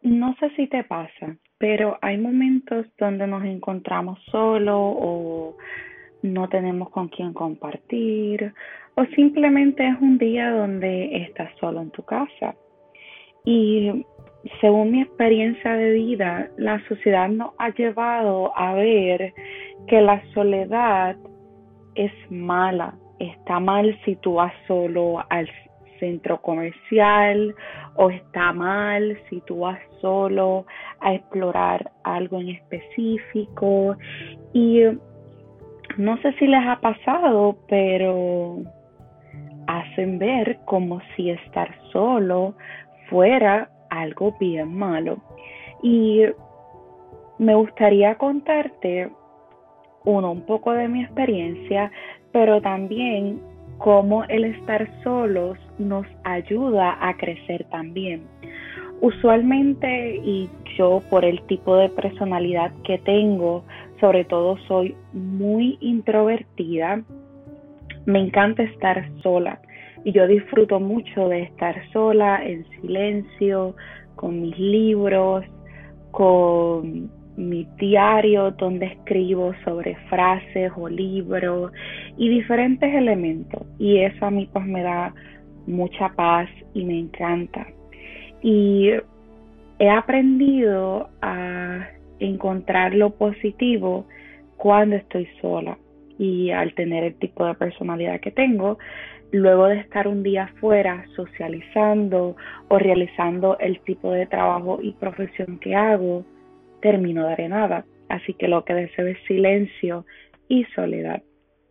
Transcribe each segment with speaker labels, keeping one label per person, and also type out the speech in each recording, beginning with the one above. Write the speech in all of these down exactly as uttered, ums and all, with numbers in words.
Speaker 1: No sé si te pasa, pero hay momentos donde nos encontramos solos o no tenemos con quién compartir o simplemente es un día donde estás solo en tu casa. Y según mi experiencia de vida, la sociedad nos ha llevado a ver que la soledad es mala. Está mal si tú vas solo al centro comercial o está mal si tú vas solo a explorar algo en específico. Y no sé si les ha pasado, pero hacen ver como si estar solo fuera algo bien malo. Y me gustaría contarte, uno, un poco de mi experiencia, pero también cómo el estar solos nos ayuda a crecer también. Usualmente, y yo por el tipo de personalidad que tengo, sobre todo soy muy introvertida, me encanta estar sola y yo disfruto mucho de estar sola en silencio, con mis libros, con mi diario donde escribo sobre frases o libros y diferentes elementos, y eso a mí pues me da mucha paz y me encanta. Y he aprendido a encontrar lo positivo cuando estoy sola, y al tener el tipo de personalidad que tengo, luego de estar un día fuera socializando o realizando el tipo de trabajo y profesión que hago, termino drenada. Así que lo que deseo es silencio y soledad.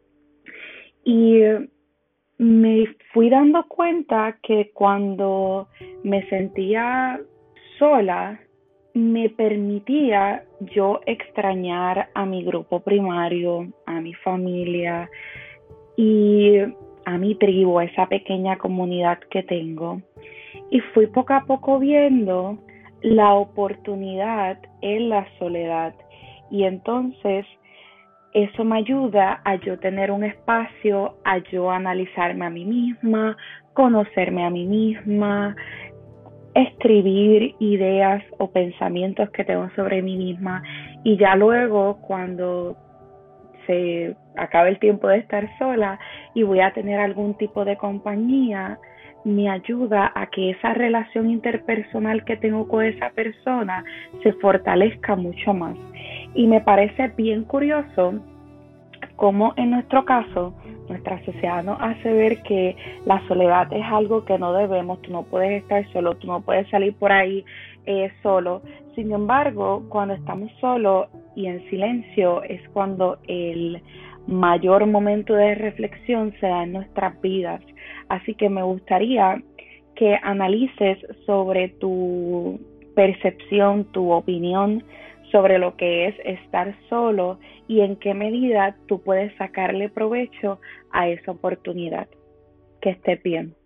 Speaker 1: Y me fui dando cuenta que cuando me sentía sola, me permitía yo extrañar a mi grupo primario, a mi familia y a mi tribu, esa pequeña comunidad que tengo. Y fui poco a poco viendo la oportunidad en la soledad. Y entonces eso me ayuda a yo tener un espacio, a yo analizarme a mí misma, conocerme a mí misma, escribir ideas o pensamientos que tengo sobre mí misma, y ya luego cuando se acabe el tiempo de estar sola y voy a tener algún tipo de compañía, me ayuda a que esa relación interpersonal que tengo con esa persona se fortalezca mucho más. Y me parece bien curioso como en nuestro caso, nuestra sociedad nos hace ver que la soledad es algo que no debemos, tú no puedes estar solo, tú no puedes salir por ahí eh, solo. Sin embargo, cuando estamos solos y en silencio es cuando el mayor momento de reflexión se da en nuestras vidas. Así que me gustaría que analices sobre tu percepción, tu opinión sobre lo que es estar solo y en qué medida tú puedes sacarle provecho a esa oportunidad. Que estés bien.